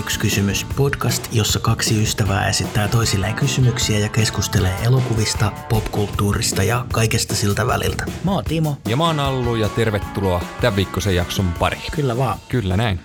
Yksi kysymys podcast, jossa kaksi ystävää esittää toisilleen kysymyksiä ja keskustelee elokuvista, popkulttuurista ja kaikesta siltä väliltä. Mä oon Timo. Ja mä oon Allu ja tervetuloa tämän viikkoisen jakson pariin. Kyllä vaan. Kyllä näin.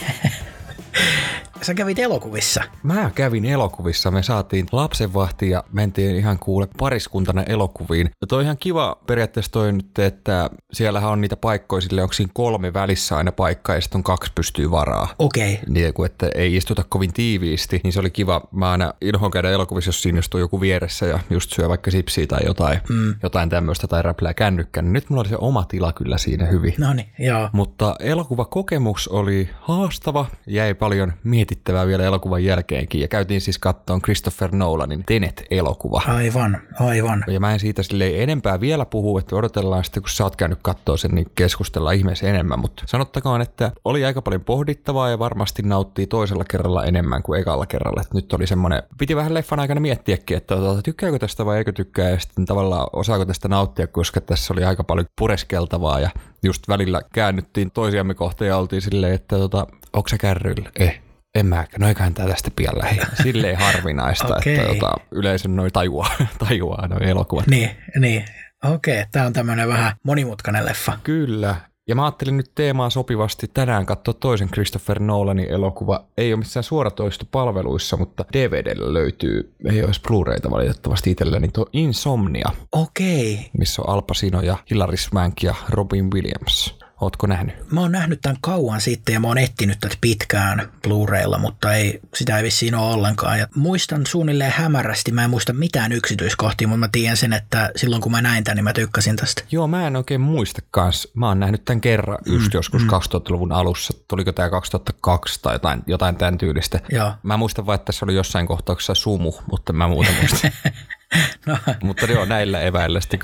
Sä kävit elokuvissa. Mä kävin elokuvissa. Me saatiin lapsenvahti ja mentiin ihan pariskuntana elokuviin. Ja toi ihan kiva periaatteessa toi nyt, että siellähän on niitä paikkoja sille, onko siinä 3 välissä aina paikkaa ja sitten on 2 pystyy varaa. Okei. Okay. Niin kun että ei istuta kovin tiiviisti, niin se oli kiva. Mä aina inhoan käydä elokuvissa, jos siinä istuu joku vieressä ja just syö vaikka sipsiä tai jotain tämmöistä tai räplää kännykkään. Niin nyt mulla oli se oma tila kyllä siinä hyvin. Noniin, joo. Mutta elokuvakokemus oli haastava, jäi paljon mietittävää vielä elokuvan jälkeenkin ja käytiin siis kattoon Christopher Nolanin Tenet-elokuva. Aivan. Ja mä en siitä silleen enempää vielä puhu, että odotellaan sitten, kun sä oot käynyt kattoo sen, niin keskustellaan ihmeessä enemmän, mutta sanottakoon, että oli aika paljon pohdittavaa ja varmasti nauttii toisella kerralla enemmän kuin ekalla kerralla. Että nyt oli semmoinen, piti vähän leffan aikana miettiäkin, että tykkääkö tästä vai eikö tykkää ja sitten tavallaan osaako tästä nauttia, koska tässä oli aika paljon pureskeltavaa ja just välillä käännyttiin toisiamme kohtaan ja oltiin silleen, että onko sä kärryillä? En mäkään, no eiköhän tää tästä pian lähi. Silleen harvinaista, Okay. Että yleisön noi tajuaa noi elokuvat. Niin. Okei, tää on tämmönen vähän monimutkainen leffa. Kyllä. Ja mä ajattelin nyt teemaa sopivasti tänään katsoa toisen Christopher Nolanin elokuva. Ei ole missään suoratoistopalveluissa, mutta DVDllä löytyy, ei olisi Blu-rayta valitettavasti itselläni, tuo Insomnia. Okei. Missä on Al Pacino ja Hilary Swank ja Robin Williams. Ootko nähnyt? Mä oon nähnyt tämän kauan sitten ja mä oon etsinyt tätä pitkään Blu-raylla, mutta sitä ei vissiin ole ollenkaan. Ja muistan suunnilleen hämärästi, mä en muista mitään yksityiskohtia, mutta mä tiedän sen, että silloin kun mä näin tämän, niin mä tykkäsin tästä. Joo, mä en oikein muista kans. Mä oon nähnyt tämän kerran just joskus 2000-luvun alussa. Tuliko tää 2002 tai jotain tämän tyylistä. Joo. Mä muistan vaan, että tässä oli jossain kohtauksessa sumu, mutta mä muuta muistan. No. Mutta joo, näillä eväillä sitten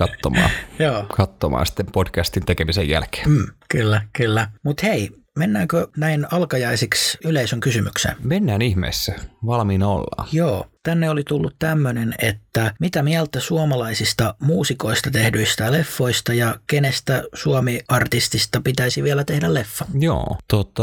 katsomaan sitten podcastin tekemisen jälkeen. Kyllä. Mutta hei, mennäänkö näin alkajaisiksi yleisön kysymykseen? Mennään ihmeessä. Valmiina ollaan. Joo. Tänne oli tullut tämmöinen, että mitä mieltä suomalaisista muusikoista tehdyistä leffoista ja kenestä Suomi-artistista pitäisi vielä tehdä leffa? Joo,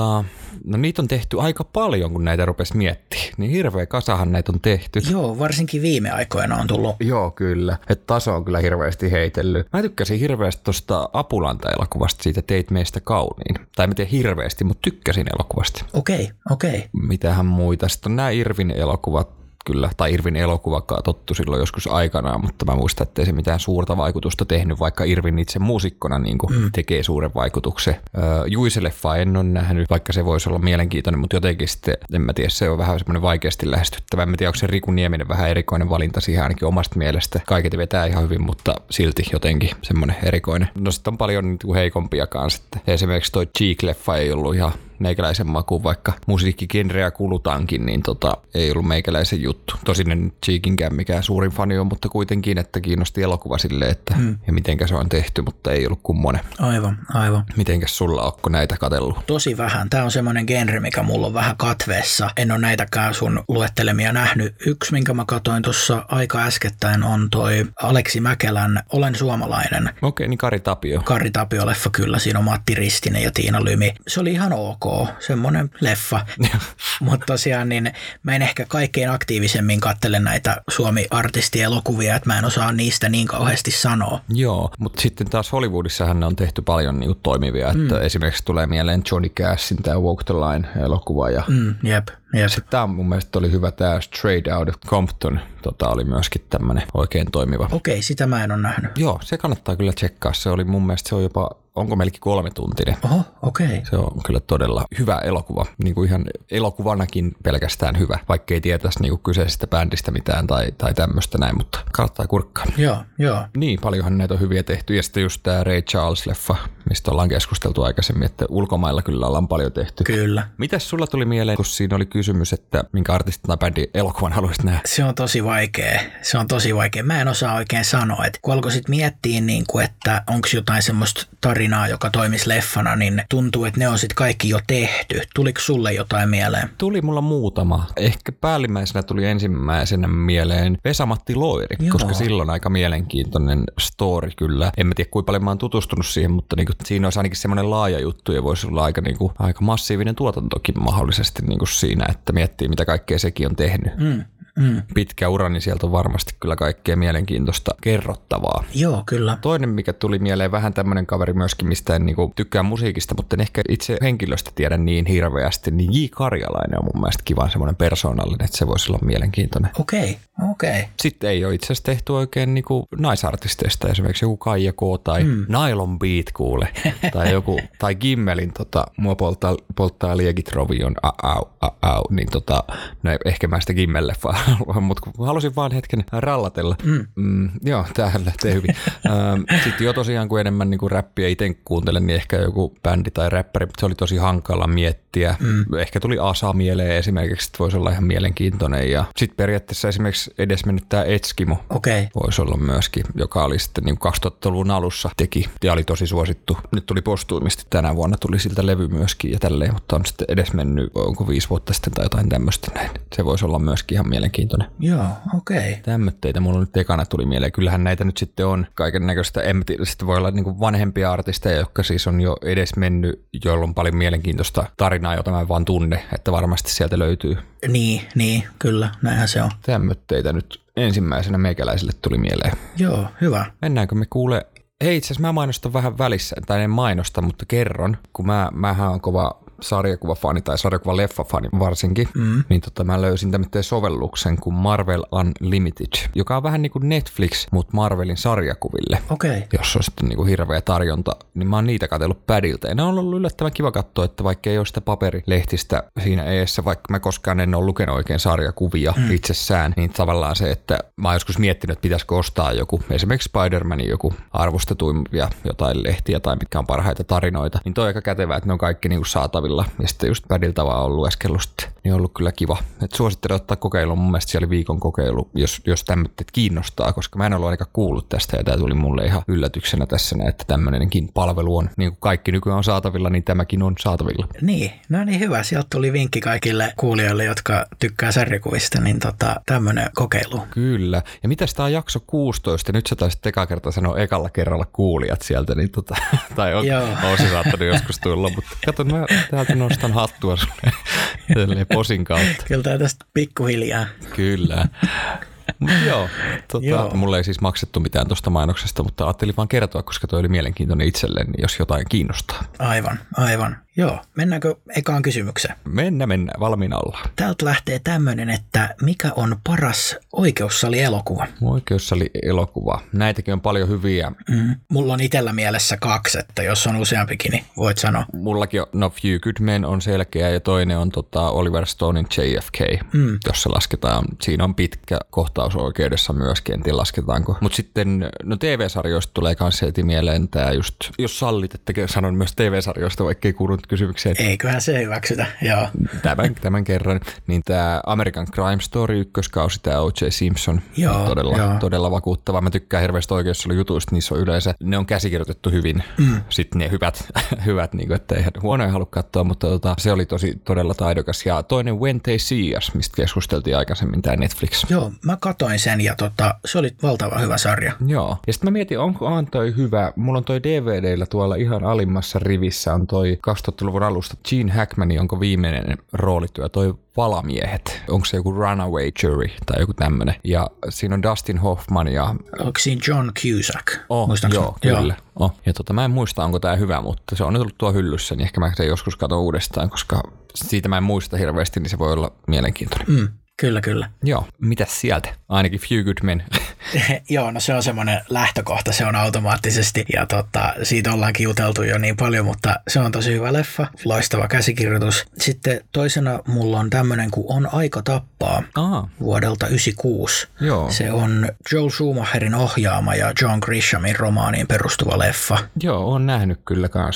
no niitä on tehty aika paljon, kun näitä rupesi miettimään. Niin hirveä kasahan näitä on tehty. Joo, varsinkin viime aikoina on tullut. Joo, kyllä. Että taso on kyllä hirveästi heitellyt. Mä tykkäsin hirveästi tuosta Apulanta-elokuvasta, siitä Teit meistä kauniin. Tai mä tiedän hirveästi, mutta tykkäsin elokuvasta. Okei. Mitähän muita? Sitten on nämä Irvin elokuvat. Kyllä, tai Irvin elokuva katsottu silloin joskus aikanaan, mutta mä muistan, että ei se mitään suurta vaikutusta tehnyt, vaikka Irvin itse muusikkona niin tekee suuren vaikutuksen. Juise-leffaa en ole nähnyt, vaikka se voisi olla mielenkiintoinen, mutta jotenkin sitten, en mä tiedä, se on vähän semmoinen vaikeasti lähestyttävä. En mä tiedä, onko se Riku Nieminen vähän erikoinen valinta siihen ainakin omasta mielestä. Kaiket vetää ihan hyvin, mutta silti jotenkin semmoinen erikoinen. No sitten on paljon heikompia kanssa. Esimerkiksi toi Cheek-leffa ei ollut ihan meikäläisen makuun, vaikka musiikkigenreä kulutankin, niin ei ollut meikäläisen juttu. Tosin en Cheekinkään mikään suurin fani on, mutta kuitenkin, että kiinnosti elokuva silleen, että ja mitenkä se on tehty, mutta ei ollut kummonen. Aivan. Mitenkäs sulla onko näitä katsellut? Tosi vähän. Tämä on semmoinen genre, mikä mulla on vähän katveessa. En ole näitäkään sun luettelemia nähnyt. Yksi, minkä mä katoin tuossa aika äskettäin, on toi Aleksi Mäkelän Olen suomalainen. Okei, niin Kari Tapio. Kari Tapio-leffa kyllä. Siinä on Matti Ristinen ja Tiina Lymi. Se oli ihan ok. Semmoinen leffa. Mutta tosiaan niin mä en ehkä kaikkein aktiivisemmin katsele näitä Suomi-artistielokuvia, että mä en osaa niistä niin kauheasti sanoa. Joo, mutta sitten taas Hollywoodissahan ne on tehty paljon niinku toimivia, että esimerkiksi tulee mieleen Johnny Cashin tämä Walk the Line-elokuva. Ja Jep. Sitten tämä mun mielestä oli hyvä, tämä Straight Outta Compton, oli myöskin tämmöinen oikein toimiva. Okei, sitä mä en ole nähnyt. Joo, se kannattaa kyllä tsekkaa. Se oli mun mielestä, se on jopa, onko melkein 3-tuntinen. Oho, okei. Se on kyllä todella hyvä elokuva. Niin kuin ihan elokuvanakin pelkästään hyvä, vaikka ei tietäisi niin kuin kyseisestä bändistä mitään tai tämmöistä näin, mutta kannattaa kurkkaa. Joo. Niin, paljonhan näitä on hyviä tehty. Ja sitten just tämä Ray Charles-leffa, mistä ollaan keskusteltu aikaisemmin, että ulkomailla kyllä ollaan paljon tehty. Kyllä. Mitäs sulla tuli mieleen, kun siinä oli kysymys, että minkä artistin tai bändin elokuvan haluaisit nähdä? Se on tosi vaikea. Mä en osaa oikein sanoa, että kun alkoi sitten miettiä, niin kuin, että onko jotain semmoista tarinaa, joka toimisi leffana, niin tuntuu, että ne on sitten kaikki jo tehty. Tuliko sulle jotain mieleen? Tuli mulla muutama. Ehkä päällimmäisenä tuli ensimmäisenä mieleen Vesa-Matti Loiri, koska silloin aika mielenkiintoinen story kyllä. En mä tiedä, kuinka paljon mä oon tutustunut siihen, mutta niin kuin, siinä olisi ainakin semmoinen laaja juttu ja voisi olla aika, niin kuin, aika massiivinen tuotantokin mahdollisesti niin kuin siinä, että miettii mitä kaikkea sekin on tehnyt. Pitkä ura, niin sieltä on varmasti kyllä kaikkea mielenkiintoista kerrottavaa. Joo, kyllä. Toinen, mikä tuli mieleen, vähän tämmöinen kaveri myöskin, mistä en niinku tykkää musiikista, mutta en ehkä itse henkilöstä tiedä niin hirveästi, niin J. Karjalainen on mun mielestä kiva semmoinen persoonallinen, että se voisi olla mielenkiintoinen. Okei. Sitten ei ole itse asiassa tehty oikein niinku naisartisteista, esimerkiksi joku Kaija K. tai Nylon Beat kuule, tai Gimmelin mua polttaa liekit rovion, niin no ehkä mä sitä Gimmel-leffaa mutta halusin vaan hetken rallatella. Joo, tähän lähtee hyvin. Sitten jo tosiaan, kun enemmän niin kuin räppiä itse kuuntelen, niin ehkä joku bändi tai räppäri, se oli tosi hankala miettiä. Ehkä tuli Asa mieleen esimerkiksi, että voisi olla ihan mielenkiintoinen. Ja sitten periaatteessa esimerkiksi edesmennyt tämä Etskimo voisi olla myöskin, joka oli sitten niin 2000-luvun alussa teki ja oli tosi suosittu. Nyt tuli postuimisti, tänä vuonna tuli siltä levy myöskin ja tälleen, mutta on sitten edesmennyt, onko 5 vuotta sitten tai jotain tämmöistä näin. Se voisi olla myöskin ihan mielenkiintoinen. Joo, okei. Tämmötteitä mulla nyt ekana tuli mieleen. Kyllähän näitä nyt sitten on kaiken näköistä. Sitten voi olla niin kuin vanhempia artisteja, jotka siis on jo edes mennyt, joilla on paljon mielenkiintoista tarinaa, jota mä vaan tunne, että varmasti sieltä löytyy. Niin, kyllä, näinhän se on. Tämmötteitä nyt ensimmäisenä meikäläiselle tuli mieleen. Joo, hyvä. Mennäänkö me kuule? Hei, itse asiassa mä mainostan vähän välissä, tai en mainosta, mutta kerron, kun mähän on kova sarjakuvafani tai sarjakuvaleffafani varsinkin, niin mä löysin tämmöisen sovelluksen kuin Marvel Unlimited, joka on vähän niin kuin Netflix, mutta Marvelin sarjakuville. Jos on sitten niin kuin hirveä tarjonta, niin mä oon niitä katsellut pädiltä. Ja ne on ollut yllättävän kiva katsoa, että vaikka ei ole sitä paperilehtistä siinä eessä, vaikka mä koskaan en ole lukenut oikein sarjakuvia itsessään, niin tavallaan se, että mä oon joskus miettinyt, että pitäisikö ostaa joku, esimerkiksi Spider-Manin joku arvostetuimpia jotain lehtiä tai mitkä on parhaita tarinoita, niin toi on aika kätevää, että ne on kaikki niin kuin saatavilla. Ja sitten just pädiltä vaan on lueskellut sitten. Niin on ollut kyllä kiva. Et suosittelen ottaa kokeiluun. Mun mielestä siellä oli viikon kokeilu, jos tämmöiset kiinnostaa, koska mä en ollut aika kuullut tästä. Ja tää tuli mulle ihan yllätyksenä tässä, että tämmöinenkin palvelu on, niin kuin kaikki nykyään on saatavilla, niin tämäkin on saatavilla. Niin, no niin hyvä. Sieltä tuli vinkki kaikille kuulijoille, jotka tykkää sarjakuvista, niin tämmöinen kokeilu. Kyllä. Ja mitäs tää on jakso 16? Nyt sä taisit eka kertaa sanoa ekalla kerralla kuulijat sieltä, niin tai on se saattanut joskus tulla, mutta kato, mä täältä nostan hattua sulle posin kautta. Kyllä tää tästä pikkuhiljaa. Kyllä. Joo. Mulla ei siis maksettu mitään tuosta mainoksesta, mutta ajattelin vaan kertoa, koska toi oli mielenkiintoinen itselleen, jos jotain kiinnostaa. Aivan. Joo. Mennäänkö ekaan kysymykseen? Mennään. Valmiina ollaan. Täältä lähtee tämmöinen, että mikä on paras oikeussalielokuva? Oikeussalielokuva. Näitäkin on paljon hyviä. Mulla on itsellä mielessä 2, että jos on useampikin, niin voit sanoa. Mullakin on Few Good Men on selkeä ja toinen on Oliver Stonein JFK, jossa lasketaan. Siinä on pitkä kohtaus oikeudessa myöskin, en tiedä lasketaanko. Mutta sitten TV-sarjoista tulee kanssa heti mieleen tämä just, jos sallit, että sanon myös TV-sarjoista, vaikka ei kuulunut kysymykseen. Eiköhän se hyväksytä, joo. Tämän kerran. Niin tämä American Crime Story ykköskausi, tämä O.J. Simpson, todella vakuuttava. Mä tykkään hirveästi oikeussalujutuista, niissä on yleensä, ne on käsikirjoitettu hyvin. Sitten ne hyvät niin kuin, että ei huonoja halua katsoa, mutta se oli todella taidokas. Ja toinen When They See Us, mistä keskusteltiin aikaisemmin, tämä Netflix. Joo, mä katoin sen ja se oli valtavan hyvä sarja. Joo, ja sitten mä mietin, onko toi hyvä. Mulla on toi DVDllä tuolla ihan alimmassa rivissä on toi 2000-luvun alusta Gene Hackmanin, onko viimeinen roolityö, toi Valamiehet. Onko se joku Runaway Jury tai joku tämmönen. Ja siinä on Dustin Hoffman ja... Onko siinä John Cusack? Joo, kyllä. Ja mä en muista, onko tää hyvä, mutta se on nyt ollut tuo hyllyssä, niin ehkä mä sen joskus katon uudestaan, koska siitä mä en muista hirveästi, niin se voi olla mielenkiintoinen. Kyllä. Joo, mitäs sieltä? Ainakin Few Good Men. Joo, no se on semmoinen lähtökohta, se on automaattisesti ja siitä ollaankin juteltu jo niin paljon, mutta se on tosi hyvä leffa, loistava käsikirjoitus. Sitten toisena mulla on tämmöinen kuin On aika tappaa vuodelta 1996. Joo. Se on Joel Schumacherin ohjaama ja John Grishamin romaaniin perustuva leffa. Joo, on nähnyt kyllä kanssa ja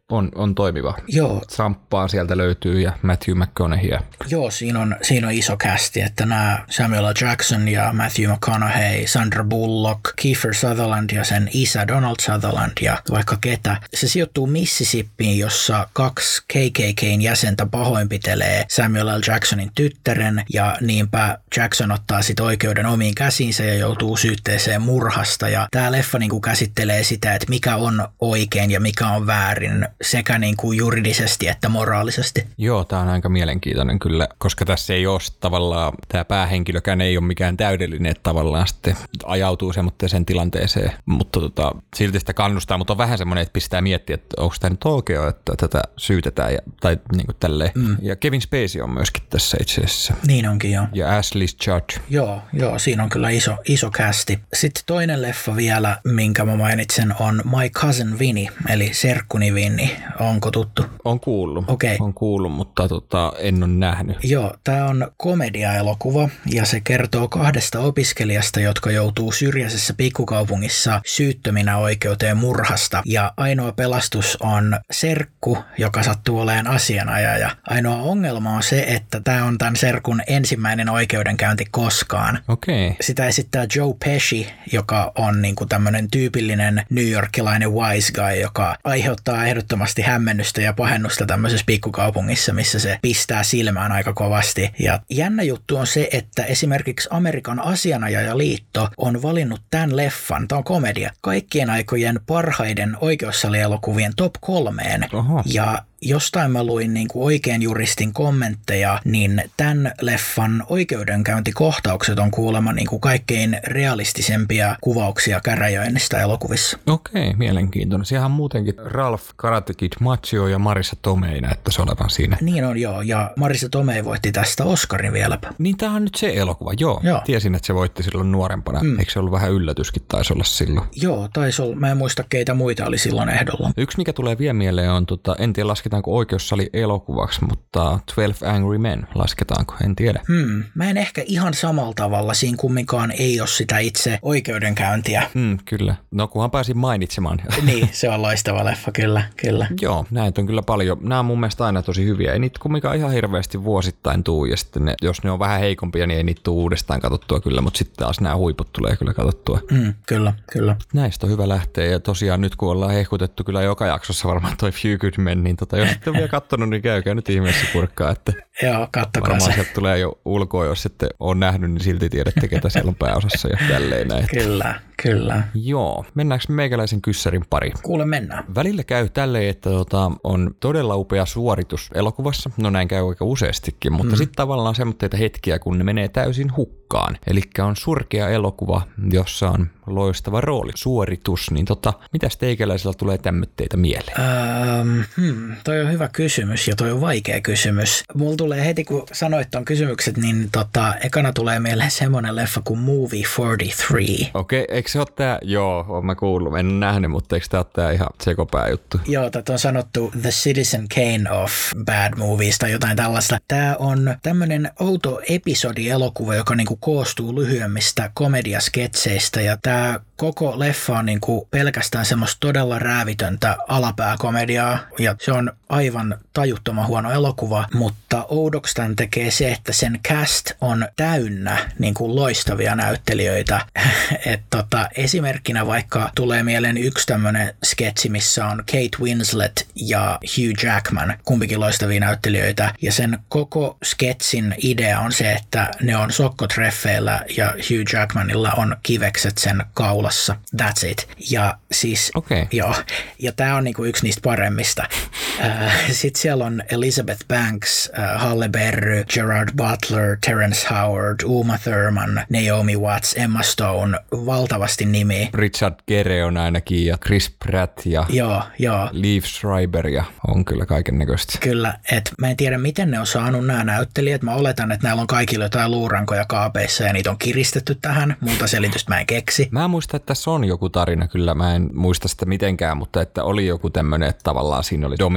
on toimiva. Joo. Trumpaa sieltä löytyy ja Matthew McConaughey. Joo, siinä on iso kästi, että nämä Samuel L. Jackson ja Matthew McConaughey, Sandra Bullock, Kiefer Sutherland ja sen isä Donald Sutherland ja vaikka ketä. Se sijoittuu Mississippien, jossa 2 KKK:n jäsentä pahoinpitelee Samuel L. Jacksonin tyttären ja niinpä Jackson ottaa sit oikeuden omiin käsiinsä ja joutuu syytteeseen murhasta. Ja tää leffa niinku käsittelee sitä, että mikä on oikein ja mikä on väärin sekä niinku juridisesti että moraalisesti. Joo, tää on aika mielenkiintoinen kyllä, koska tässä ei ole tavallaan, tämä päähenkilökään ei ole mikään täydellinen, että tavallaan sitten ajautuu semmoiseen tilanteeseen, mutta silti sitä kannustaa, mutta on vähän semmoinen, että pistää miettiä, että onko tämä nyt oikea, että tätä syytetään tai niin kuin tälleen. Ja Kevin Spacey on myöskin tässä itse asiassa. Niin onkin, joo. Ja Ashley Judd. Joo, siinä on kyllä iso kästi. Sitten toinen leffa vielä, minkä mä mainitsen, on My Cousin Vinny, eli Serkkuni Vinny. Onko tuttu? On kuullut. Okei. On kuullut, mutta en ole nähnyt. Joo, tämä on komediaelokuva ja se kertoo 2 opiskelijasta, jotka joutuu syrjäisessä pikkukaupungissa syyttöminä oikeuteen murhasta. Ja ainoa pelastus on serkku, joka sattuu olemaan asianajaja. Ainoa ongelma on se, että tämä on tämän serkun ensimmäinen oikeudenkäynti koskaan. Okei. Sitä esittää Joe Pesci, joka on niinku tämmöinen tyypillinen newyorkilainen wise guy, joka aiheuttaa ehdottomasti hämmennystä ja pahennusta tämmöisessä pikkukaupungissa, missä se pistää silmään aika kovasti. Ja jännä juttu on se, että esimerkiksi Amerikan asianajajaliitto on valinnut tämän leffan, tämä on komedia, kaikkien aikojen parhaiden oikeussalielokuvien top 3. Oho. Ja jostain mä luin niin kuin oikein juristin kommentteja, niin tämän leffan oikeudenkäyntikohtaukset on kuulemma niin kuin kaikkein realistisempia kuvauksia käräjöinnistä elokuvissa. Okei, mielenkiintoinen. Siellähän muutenkin Ralph Karate Kid Macchio ja Marissa Tomei näyttäisi olevan siinä. Niin on, joo. Ja Marissa Tomei voitti tästä Oscarin vieläpä. Niin tämä on nyt se elokuva, joo. Tiesin, että se voitti silloin nuorempana. Eikö se ollut vähän yllätyskin, taisi olla silloin? Joo, taisi olla. Mä en muista, keitä muita oli silloin ehdolla. Yksi, mikä tulee vielä mieleen, on, en tiedä lasketaanko oikeussali elokuvaksi, mutta 12 Angry Men lasketaanko, en tiedä. Mä en ehkä ihan samalla tavalla, siinä kumminkaan ei ole sitä itse oikeudenkäyntiä. Kyllä. No kunhan pääsin mainitsemaan. Niin, se on loistava leffa, kyllä. Joo, näitä on kyllä paljon. Nämä on mun mielestä aina tosi hyviä. Ei niitä kumminkaan ihan hirveästi vuosittain tuu, ja sitten jos ne on vähän heikompia, niin ei niitä tuu uudestaan katsottua kyllä, mutta sitten taas nämä huiput tulee kyllä katsottua. Kyllä. Näistä on hyvä lähteä, ja tosiaan nyt kun ollaan hehkutettu kyllä joka jaksossa varmaan toi Few Good Men, niin jos ette ole vielä kattonut, niin käykää nyt ihmeessä kurkkaa, että joo, kattokaa varmaan sieltä tulee jo ulkoa, jos sitten on nähnyt, niin silti tiedätte, ketä siellä on pääosassa ja tälleen näin. Kyllä. Joo, mennäänkö meikäläisen kyssärin pari? Kuule, mennään. Välillä käy tälleen, että on todella upea suoritus elokuvassa, no näin käy aika useastikin, mutta sitten tavallaan semmoitteita hetkiä, kun ne menee täysin hukkaan. Eli on surkea elokuva, jossa on loistava rooli, niin mitäs teikäläisellä tulee tämmöitteitä mieleen? Toi on hyvä kysymys ja toi on vaikea kysymys. Mulla tulee heti, kun sanoit ton kysymykset, niin ekana tulee mieleen semmoinen leffa kuin Movie 43. Okei, eikö se ole tää? Joo, oon mä kuullut. En ole nähnyt, mutta eikö tää ole tää ihan sekopää juttu? Joo, tätä on sanottu The Citizen Kane of Bad Movies tai jotain tällaista. Tää on tämmönen outo episodielokuva, joka niinku koostuu lyhyemmistä komediasketseistä ja tää koko leffa on niinku pelkästään semmoista todella räävitöntä alapääkomediaa ja se on aivan tajuttoman huono elokuva, mutta oudoksi tämän tekee se, että sen cast on täynnä niinku loistavia näyttelijöitä. Esimerkkinä vaikka tulee mieleen yksi tämmönen sketsi, missä on Kate Winslet ja Hugh Jackman, kumpikin loistavia näyttelijöitä ja sen koko sketsin idea on se, että ne on sokkotreffeillä ja Hugh Jackmanilla on kivekset sen kaulassa. That's it. Ja siis, joo. Ja tää on niinku yksi niistä paremmista. Sitten siellä on Elizabeth Banks, Halle Berry, Gerard Butler, Terrence Howard, Uma Thurman, Naomi Watts, Emma Stone, valtavasti nimiä. Richard Gere on ainakin ja Chris Pratt ja joo. Liev Schreiber ja on kyllä kaiken näköistä. Kyllä, että mä en tiedä miten ne on saanut nämä näyttelijät. Mä oletan, että näillä on kaikilla jotain luurankoja kaapeissa ja niitä on kiristetty tähän. Muuta selitystä mä en keksi. Mä muistan, että tässä on joku tarina kyllä. Mä en muista sitä mitenkään, mutta että oli joku tämmöinen, että tavallaan siinä oli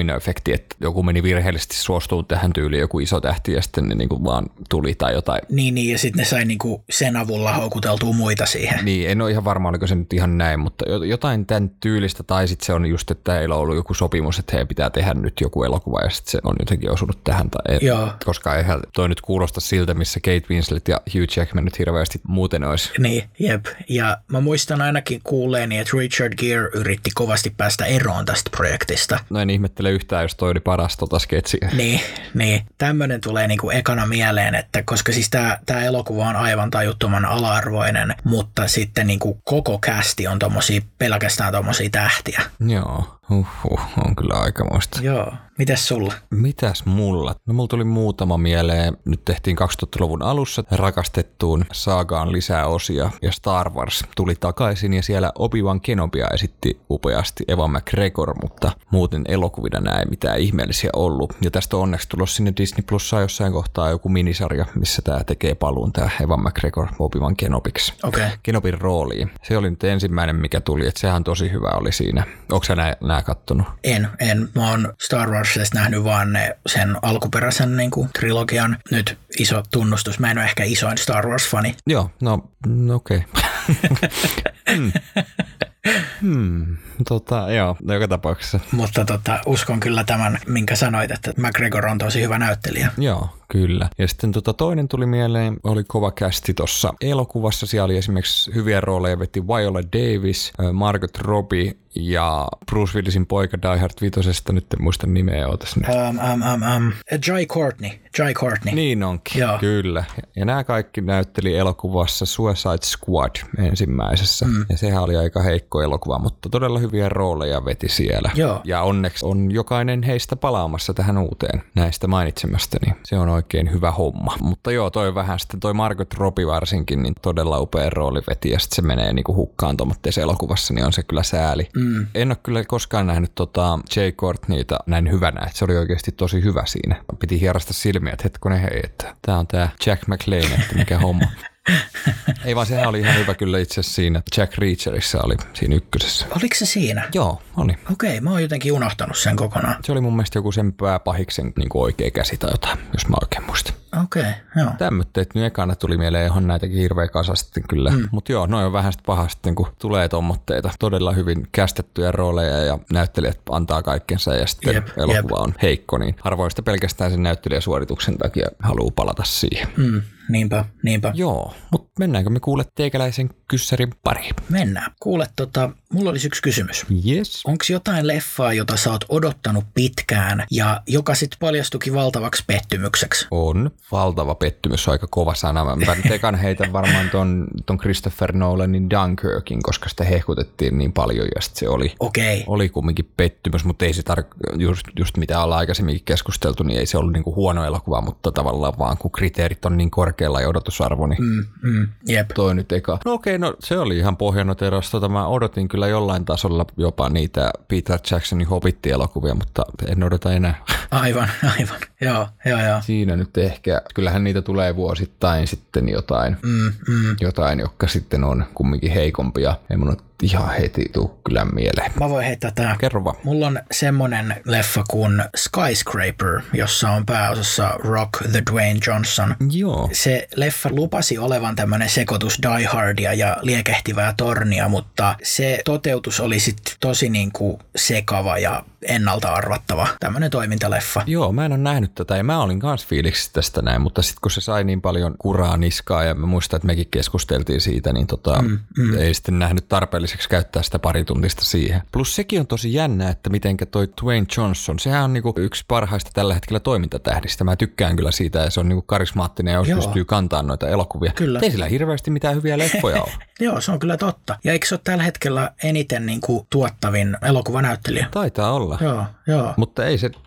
dominoefekti, että joku meni virheellisesti suostumaan tähän tyyliin, joku iso tähti ja sitten ne niin kuin vaan tuli tai jotain. Niin, ja sitten ne sai niin kuin sen avulla houkuteltua muita siihen. Niin, en ole ihan varma, oliko se nyt ihan näin, mutta jotain tämän tyylistä, tai sitten se on just, että heillä on ollut joku sopimus, että heidän pitää tehdä nyt joku elokuva, ja sitten se on jotenkin osunut tähän, koska eihän toi nyt kuulosta siltä, missä Kate Winslet ja Hugh Jackman nyt hirveästi muuten olisi. Niin, jep. Ja mä muistan ainakin kuulleeni, että Richard Gere yritti kovasti päästä eroon tästä projektista. No en ihmettele yhtään, jos toi oli paras sketsiä. Niin. Tämmöinen tulee niinku ekana mieleen, että koska siis tää elokuva on aivan tajuttoman ala-arvoinen, mutta sitten niinku koko kästi on pelkästään tommosia tähtiä. Joo. On kyllä aikamoista. Joo. Mitäs sulla? Mitäs mulla? No mulla tuli muutama mieleen. Nyt tehtiin 2000-luvun alussa rakastettuun saagaan lisää osia ja Star Wars tuli takaisin ja siellä Obi-Wan Kenobia esitti upeasti Ewan McGregor, mutta muuten elokuvina näin mitään ihmeellisiä ollut. Ja tästä on onneksi tulossa sinne Disney Plussaan jossain kohtaa joku minisarja, missä tää tekee paluun tää Ewan McGregor Obi-Wan Kenobiksi. Okay. Kenobin rooliin. Se oli nyt ensimmäinen, mikä tuli, että sehän tosi hyvä oli siinä. Onko sä nää kattonut? En. Mä oon Star Warsista nähnyt vaan sen alkuperäisen niinku trilogian. Nyt iso tunnustus. Mä en ole ehkä isoin Star Wars-fani. Joo, no okei. Joo, joka tapauksessa. Mutta uskon kyllä tämän, minkä sanoit, että McGregor on tosi hyvä näyttelijä. Joo, kyllä. Ja sitten toinen tuli mieleen, oli kova kästi tuossa elokuvassa. Siellä oli esimerkiksi hyviä rooleja, veti Viola Davis, Margot Robbie ja Bruce Willisin poika Die Hard 5:sta, nyt en muista nimeä, ootas nyt. Jai Courtney. Niin onkin, joo. Kyllä. Ja nämä kaikki näytteli elokuvassa Suicide Squad ensimmäisessä. Ja sehän oli aika heikko elokuva, mutta todella hyviä rooleja veti siellä. Joo. Ja onneksi on jokainen heistä palaamassa tähän uuteen näistä mainitsemastani. Se on oikein hyvä homma. Mutta joo, toi Margot Robbie varsinkin, niin todella upea rooli veti ja sitten se menee niinku hukkaan tuommoitteessa elokuvassa, niin on se kyllä sääli. En ole kyllä koskaan nähnyt Jai Courtneyta näin hyvänä, että se oli oikeasti tosi hyvä siinä. Piti hierasta silmiä, että hetkonen hei, että tää on tää Jack McClane, että mikä homma. Ei vaan sehän oli ihan hyvä kyllä itse asiassa siinä. Jack Reacherissa oli siinä ykkösessä. Oliko se siinä? Joo, oli. Okei, mä oon jotenkin unohtanut sen kokonaan. Se oli mun mielestä joku sen pääpahiksen niin kuin oikea käsi tai jotain, jos mä oikein muistan. Okei, joo. Tämmötteet nyt ekana tuli mieleen, johon näitäkin hirveä kasa sitten kyllä. Mutta joo, noin on vähän sitten paha sitten, kun tulee tommotteita. Todella hyvin kästettyjä rooleja ja näyttelijät antaa kaikkensa ja sitten elokuva on heikko, niin harvoin sitä pelkästään sen näyttelijäsuorituksen takia haluaa palata siihen. Niinpä. Joo, mutta mennäänkö me kuule teikäläisen kyssärin pariin? Mennään. Kuule, mulla olisi yksi kysymys. Yes. Onko jotain leffaa, jota sä oot odottanut pitkään ja joka sitten paljastukin valtavaksi pettymykseksi? On. Valtava pettymys, aika kova sana. Mä nyt ekan heitän varmaan ton Christopher Nolanin Dunkirkin, koska sitä hehkutettiin niin paljon ja sitten se oli kumminkin pettymys, mutta ei se just mitä ollaan aikaisemminkin keskusteltu, niin ei se ollut niinku huono elokuva, mutta tavallaan vaan kun kriteerit on niin korkealla ja odotusarvo, niin jep. Toi nyt eka. No se oli ihan pohjanoteros. Mä odotin kyllä jollain tasolla jopa niitä Peter Jacksonin Hobbit-elokuvia, mutta en odota enää. Aivan. Joo. Siinä nyt ehkä, kyllähän niitä tulee vuosittain sitten jotain, jotka sitten on kumminkin heikompia. Ei mun ihan heti tuu kyllä mieleen. Mä voin heittää tää. Kerro vaan. Mulla on semmonen leffa kuin Skyscraper, jossa on pääosassa Rock the Dwayne Johnson. Joo. Se leffa lupasi olevan tämmönen sekoitus Die Hardia ja liekehtivää tornia, mutta se toteutus oli sitten tosi niinku sekava ja ennalta arvattava tämmönen toimintaleffa. Joo, mä en ole nähnyt tätä ja mä olin kans fiiliksissä tästä näin, mutta sitten kun se sai niin paljon kuraa niskaa ja mä muistan, että mekin keskusteltiin siitä, niin ei sitten nähnyt tarpeelliseksi käyttää sitä parituntista siihen. Plus sekin on tosi jännä, että mitenkä toi Dwayne Johnson, sehän on niinku yksi parhaista tällä hetkellä toimintatähdistä. Mä tykkään kyllä siitä ja se on niinku karismaattinen ja pystyy kantamaan noita elokuvia. Kyllä. Ei sillä hirveästi mitään hyviä leffoja ole. Joo, se on kyllä totta. Ja eikö se ole tällä hetkellä eniten niinku tuottavin elokuvanäyttelijä? Taitaa olla. Joo. Mutta ei se,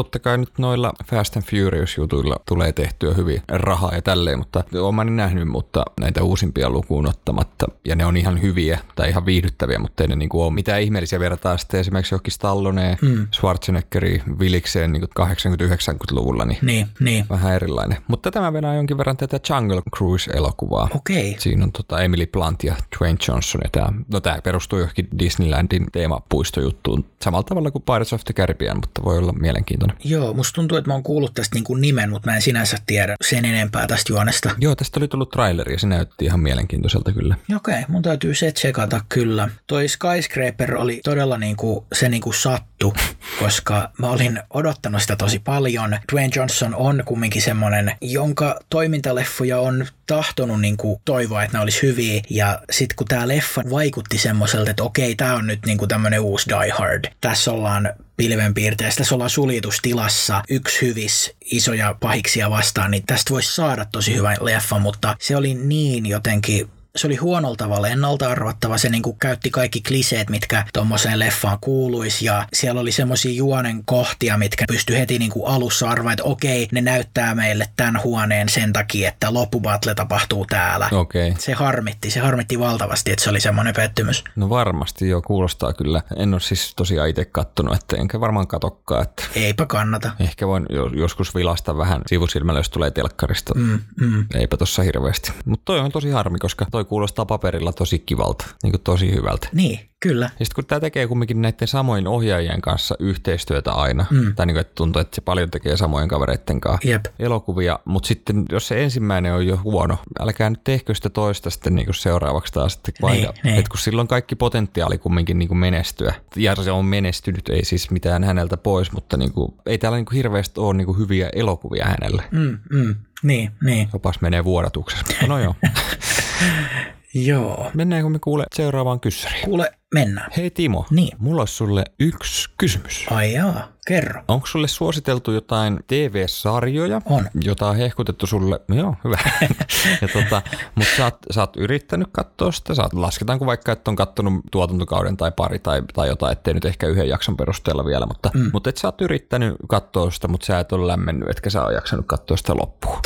totta kai nyt noilla Fast and Furious-jutuilla tulee tehtyä hyvin rahaa ja tälleen, mutta oon mä nähnyt, mutta näitä uusimpia lukuun ottamatta. Ja ne on ihan hyviä tai ihan viihdyttäviä, mutta ei ne niinku ole mitään ihmeellisiä vertaa sitten esimerkiksi johonkin Stalloneen, Schwarzeneggeriin, Willikseen niin 80-90-luvulla, niin vähän erilainen. Mutta tämä vedää jonkin verran tätä Jungle Cruise-elokuvaa. Okei. Siinä on Emily Blunt ja Dwayne Johnson. Ja tämä perustuu johonkin Disneylandin teemapuistojuttuun samalla tavalla kuin Pirates of the Caribbean, mutta voi olla mielenkiintoinen. Joo, musta tuntuu, että mä oon kuullut tästä niin kuin nimen, mutta mä en sinänsä tiedä sen enempää tästä juonesta. Joo, tästä oli tullut traileri ja se näytti ihan mielenkiintoiselta kyllä. Okei, mun täytyy se tsekata kyllä. Toi Skyscraper oli todella niinku, se niinku sattu, koska mä olin odottanut sitä tosi paljon. Dwayne Johnson on kumminkin semmonen, jonka toimintaleffoja on tahtonut niinku toivoa, että ne olisi hyviä. Ja sit kun tää leffa vaikutti semmoiselta, että okei, tää on nyt niinku tämmönen uusi Die Hard. Tässä ollaan pilvenpiirteessä, tässä ollaan suljetustilassa, yksi hyvis isoja pahiksia vastaan, niin tästä voisi saada tosi hyvän leffa, mutta se oli niin jotenkin, se oli huonolla tavalla ennalta arvattava. Se niin kuin käytti kaikki kliseet, mitkä tuommoiseen leffaan kuuluisi, ja siellä oli semmoisia juonen kohtia, mitkä pystyi heti niin kuin alussa arvaamaan, että okei, ne näyttää meille tämän huoneen sen takia, että loppubattle tapahtuu täällä. Okei. Se harmitti valtavasti, että se oli semmoinen pettymys. No varmasti joo, kuulostaa kyllä. En ole siis tosiaan itse kattonut, että enkä varmaan katokkaan. Että eipä kannata. Ehkä voin joskus vilasta vähän sivusilmällä, jos tulee telkkarista. Eipä tossa hirveästi. Mutta toi on tosi harmi, koska toi kuulostaa paperilla tosi kivalta, niin kuin tosi hyvältä. Niin, kyllä. Ja sitten kun tämä tekee kumminkin näiden samoin ohjaajien kanssa yhteistyötä aina, tai niin kuin, että tuntuu, että se paljon tekee samojen kavereiden kanssa elokuvia, mutta sitten jos se ensimmäinen on jo huono, älkää nyt tehkö sitä toista sitten niin kuin seuraavaksi taas sitten vaihda. Että kun silloin kaikki potentiaali kumminkin niin kuin menestyä, ja se on menestynyt, ei siis mitään häneltä pois, mutta niin kuin, ei täällä niin kuin hirveästi ole niin kuin hyviä elokuvia hänelle. Niin. Jopas menee vuodatuksessa, mutta no joo. Joo. Mennäänkö me kuule seuraavaan kyssäriin? Kuule, mennään. Hei Timo, niin. Mulla olisi sulle yksi kysymys. Ai jaa, kerro. Onko sulle suositeltu jotain TV-sarjoja? On. Jota on hehkutettu sulle? Joo, hyvä. Mutta sä oot yrittänyt katsoa sitä. Lasketaanko vaikka, että on kattonut tuotantokauden tai pari tai jotain, ettei nyt ehkä yhden jakson perusteella vielä, mutta et sä oot yrittänyt katsoa sitä, mutta sä et ole lämmennyt, etkä sä ole jaksanut katsoa sitä loppuun.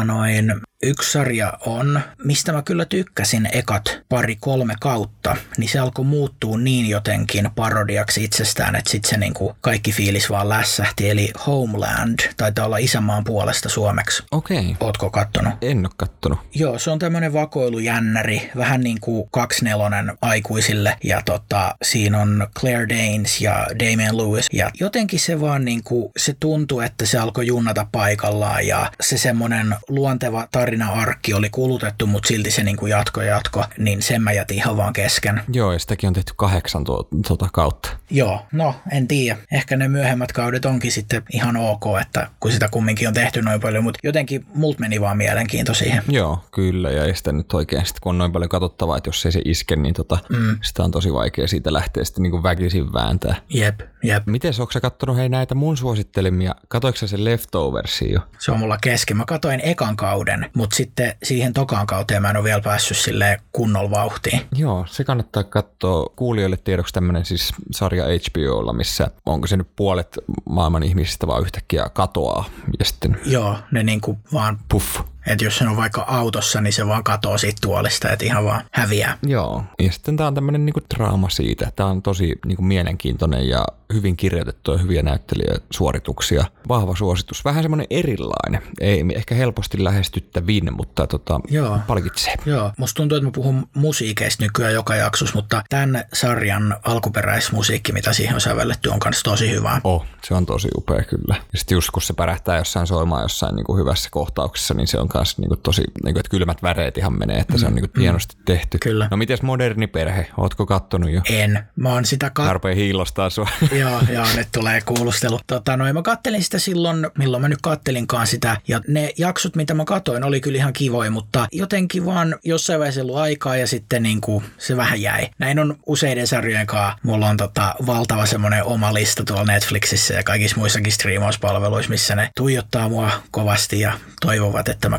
Yksi sarja on, mistä mä kyllä tykkäsin ekat 2-3 kautta, niin se alkoi muuttua niin jotenkin parodiaksi itsestään, että sitten se niinku kaikki fiilis vaan lässähti, eli Homeland, taitaa olla Isänmaan puolesta suomeksi. Okei. Ootko kattonut? En ole kattonut. Joo, se on tämmöinen vakoilujännäri, vähän niin kuin 2-4 aikuisille, ja siinä on Claire Danes ja Damian Lewis, ja jotenkin se vaan niinku, se tuntui, että se alkoi junnata paikallaan, ja se semmoinen luonteva tarina-arkki oli kulutettu, mutta silti se niinku jatko, niin sen mä jätin ihan vaan kesken. Joo, ja sitäkin on tehty 8 kautta. Joo, no en tiedä. Ehkä ne myöhemmät kaudet onkin sitten ihan ok, että kun sitä kumminkin on tehty noin paljon, mutta jotenkin multa meni vaan mielenkiinto siihen. Joo, kyllä, ja ei sitä nyt oikein, sit kun on noin paljon katsottavaa, että jos ei se iske, niin sitä on tosi vaikea siitä lähteä sitten niin väkisin vääntää. Jep. Mites, ootko sä kattonut näitä mun suosittelemia? Katoiko sä sen Leftoversin jo? Se on mulla kesken. Mä katoin ekan kauden, mutta sitten siihen tokaan kauteen mä en ole vielä päässyt silleen kunnolla vauhtiin. Joo, se kannattaa katsoa. Kuulijoille tiedoksi tämmönen siis sarja HBOlla, missä onko se nyt puolet maailman ihmisistä vaan yhtäkkiä katoaa. Ja sitten joo, ne niinku vaan puff. Että jos se on vaikka autossa, niin se vaan katoo siitä tuolista, että ihan vaan häviää. Joo, ja sitten tää on tämmönen niinku draama siitä. Tää on tosi niinku mielenkiintoinen ja hyvin kirjoitettu ja hyviä näyttelijäsuorituksia. Vahva suositus. Vähän semmoinen erilainen. Ei ehkä helposti lähestyttävin, mutta palkitsee. Joo, musta tuntuu, että mä puhun musiikeista nykyään joka jaksossa, mutta tämän sarjan alkuperäismusiikki, mitä siihen on sävelletty, on kanssa tosi hyvää. Se on tosi upea kyllä. Ja sitten just kun se pärähtää jossain soimaan jossain niinku hyvässä kohtauksessa, niin se on kanssa niinku tosi, niinku, että kylmät väreet ihan menee, että se on niinku hienosti tehty. Kyllä. No mites Moderni perhe? Ootko kattonut jo? En. Mä oon sitä tarpeen hiillostaa sua. Joo, nyt tulee kuulustelu. Mä kattelin sitä silloin, milloin mä nyt kattelinkaan sitä, ja ne jaksot, mitä mä katoin, oli kyllä ihan kivoja, mutta jotenkin vaan jossain vaiheessa ollut aikaa, ja sitten niinku se vähän jäi. Näin on useiden sarjojen kanssa. Mulla on valtava semmoinen oma lista tuolla Netflixissä ja kaikissa muissakin striimauspalveluissa, missä ne tuijottaa mua kovasti ja toivovat, että mä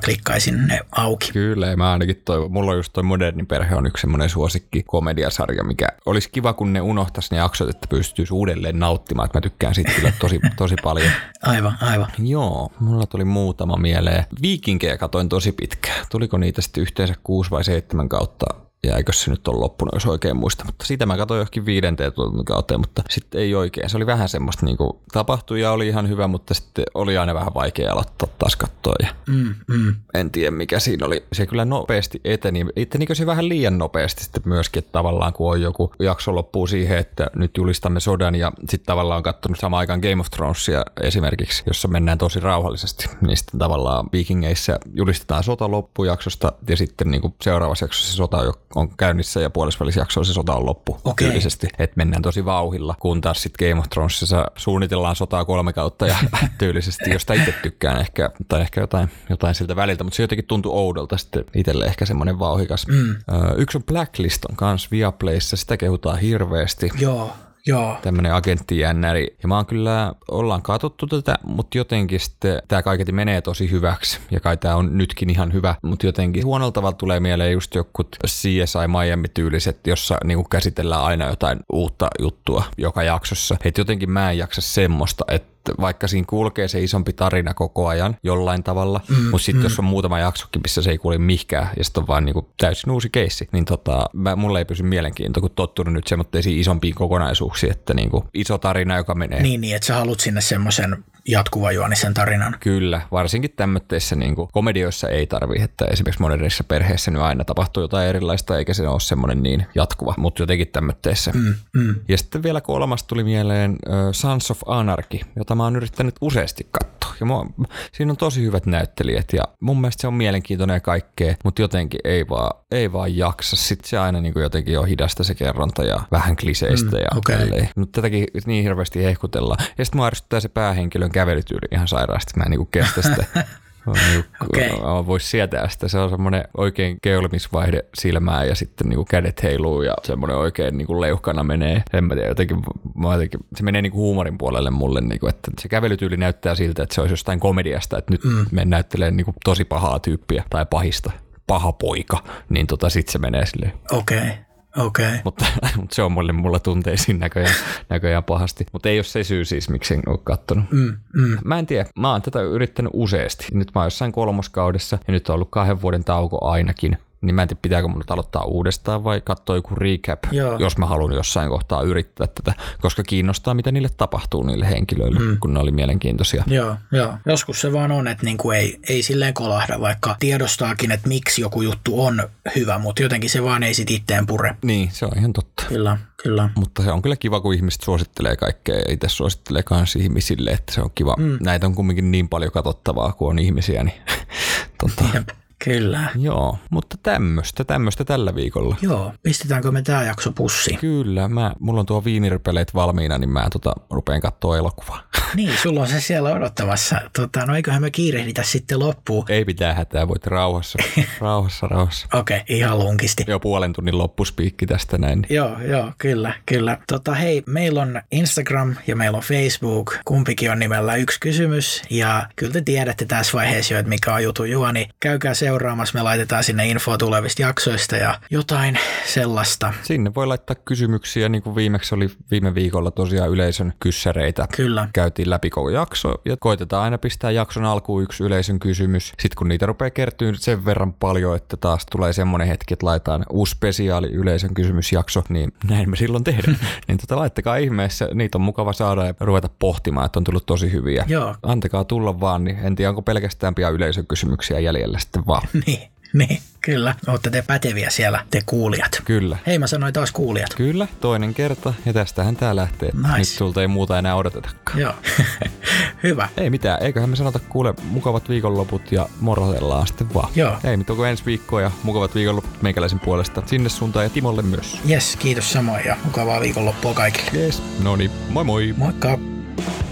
klikkaisin ne auki. Kyllä, ja mä ainakin toivon. Mulla on just toi Moderni perhe on yksi semmoinen suosikki komediasarja, mikä olisi kiva, kun ne unohtaisi ne jaksot, että pystyisi uudelleen nauttimaan, että mä tykkään siitä kyllä tosi paljon. Aivan. Joo, mulla tuli muutama mieleen. Viikinkejä katoin tosi pitkään. Tuliko niitä sitten yhteensä 6 vai 7 kautta? Ja eikö se nyt ole loppunut, jos oikein muista. Mutta sitä mä katsoin johonkin 5. kauteen, mutta sitten ei oikein. Se oli vähän semmoista, niin kuin tapahtui ja oli ihan hyvä, mutta sitten oli aina vähän vaikea aloittaa taas katsoa. Ja en tiedä, mikä siinä oli. Se kyllä nopeasti eteni. Etenikö se vähän liian nopeasti sitten myöskin, että tavallaan kun on joku jakso loppuu siihen, että nyt julistamme sodan ja sitten tavallaan on katsonut samaan aikaan Game of Thronesia esimerkiksi, jossa mennään tosi rauhallisesti. Niin sitten tavallaan Vikingeissä julistetaan sota loppujaksosta ja sitten niin kuin seuraavassa jaksossa se sota on käynnissä ja puolesvälis jaksossa se sota on loppu tyylisesti, että mennään tosi vauhilla, kun taas sitten Game of Thronesissa suunnitellaan sotaa 3 kautta ja tyylisesti, josta itse tykkään ehkä, tai ehkä jotain siltä väliltä, mutta se jotenkin tuntui oudolta sitten itselle ehkä semmoinen vauhikas. Yksi on Blacklist on kans Viaplayssa, sitä kehutaan hirveästi. Joo. Tämmönen agenttijännäri. Ja ollaan katsottu tätä, mutta jotenkin sitten tää kaiketi menee tosi hyväksi. Ja kai tää on nytkin ihan hyvä, mutta jotenkin huonolla tavalla tulee mieleen just jokut CSI Miami-tyyliset, jossa niinku käsitellään aina jotain uutta juttua joka jaksossa. Et jotenkin mä en jaksa semmoista, että vaikka siinä kulkee se isompi tarina koko ajan jollain tavalla, mutta sitten jos on muutama jaksokin, missä se ei kuule mihinkään ja sitten on vaan niinku täysin uusi keissi, niin mulla ei pysy mielenkiinto, kun tottunut nyt semmoitteisiin isompiin kokonaisuuksiin, että niinku iso tarina, joka menee. Niin, että sä haluat sinne semmoisen jatkuvajuonisen tarinan. Kyllä, varsinkin tämmöisissä niinku komedioissa ei tarvii, että esimerkiksi modernissa perheessä nyt aina tapahtuu jotain erilaista, eikä se ole semmoinen niin jatkuva, mutta jotenkin tämmöisissä. Ja sitten vielä 3. tuli mieleen Sons of Anarchy, jota mä oon yrittänyt useasti katsoa. Ja siinä on tosi hyvät näyttelijät ja mun mielestä se on mielenkiintoinen ja kaikkea, mutta jotenkin ei vaan jaksa. Sitten se aina niin kuin jotenkin on hidasta se kerronta ja vähän kliseistä ja tälleen. Mutta tätäkin niin hirveästi hehkutellaan. Ja sitten mä ärsyttää se päähenkilön kävelytyyli ihan sairaasti. Mä en niin kuin kestä sitä. Voisi sietää sitä. Se on semmoinen oikein keulimisvaihde silmää ja sitten niinku kädet heiluu ja semmoinen oikein niinku leuhkana menee. En mä tiedä, jotenkin se menee niinku huumorin puolelle mulle, niinku, että se kävelytyyli näyttää siltä, että se olisi jostain komediasta, että nyt me näyttelee niinku tosi pahaa tyyppiä tai pahista. Paha poika, niin sit se menee silleen. Okei. Mutta se on mulla tunteisiin näköjään pahasti. Mutta ei ole se syy siis, miksi en ole kattonut. Mä en tiedä. Mä oon tätä yrittänyt useasti. Nyt mä oon jossain 3. kaudessa ja nyt on ollut 2 vuoden tauko ainakin. Niin mä en tiedä, pitääkö mun nyt aloittaa uudestaan vai katsoa joku recap, jos mä haluan jossain kohtaa yrittää tätä, koska kiinnostaa, mitä niille tapahtuu niille henkilöille, kun ne oli mielenkiintoisia. Joo. Joskus se vaan on, että niinku ei silleen kolahda, vaikka tiedostaakin, että miksi joku juttu on hyvä, mutta jotenkin se vaan ei sit itteen pure. Niin, se on ihan totta. Kyllä. Mutta se on kyllä kiva, kun ihmiset suosittelee kaikkea ja itse suosittelee kans ihmisille, että se on kiva. Näitä on kumminkin niin paljon katsottavaa, kun on ihmisiä, niin Kyllä. Joo, mutta tämmöistä tällä viikolla. Joo, pistetäänkö me tää jakso pussiin? Kyllä, mulla on tuo viinirpeleet valmiina, niin mä rupeen katsoa elokuvaa. Niin, sulla on se siellä odottamassa. No eiköhän me kiirehditä sitten loppuun. Ei pitää hätää, voit rauhassa. Okei, ihan lunkisti. Jo 0,5 tunnin loppuspiikki tästä näin. Joo, kyllä. Hei, meillä on Instagram ja meillä on Facebook. Kumpikin on nimellä Yksi kysymys. Ja kyllä te tiedätte tässä vaiheessa jo, että mikä on jutun juoni. Niin käykää seuraamassa, me laitetaan sinne infoa tulevista jaksoista ja jotain sellaista. Sinne voi laittaa kysymyksiä, niin kuin viimeksi oli viime viikolla tosiaan yleisön kyssäreitä. Kyllä. Käytiin läpi koko jakso ja koitetaan aina pistää jakson alkuun yksi yleisön kysymys. Sitten kun niitä rupeaa kertyä sen verran paljon, että taas tulee semmoinen hetki, että laitetaan uusi spesiaali yleisön kysymysjakso, niin näin me silloin tehdään. Niin laittakaa ihmeessä, niitä on mukava saada ja ruveta pohtimaan, että on tullut tosi hyviä. Joo. Antakaa tulla vaan, niin en tiedä onko pelkästään pian yleisön kysymyksiä jäljellä sitten vaan. Niin, kyllä. Ootte te päteviä siellä, te kuulijat. Kyllä. Hei, mä sanoin taas kuulijat. Kyllä, toinen kerta ja tästähän tää lähtee. Nice. Nyt sulta ei muuta enää odotetakaan. Joo, hyvä. Ei mitään, eiköhän me sanota kuule mukavat viikonloput ja morotellaan sitten vaan. Joo. Ei mitään kuin ensi viikkoa ja mukavat viikonloput meikäläisen puolesta sinne suuntaan ja Timolle myös. Yes, kiitos samoin ja mukavaa viikonloppua kaikille. Yes, no niin, moi moi. Moikka.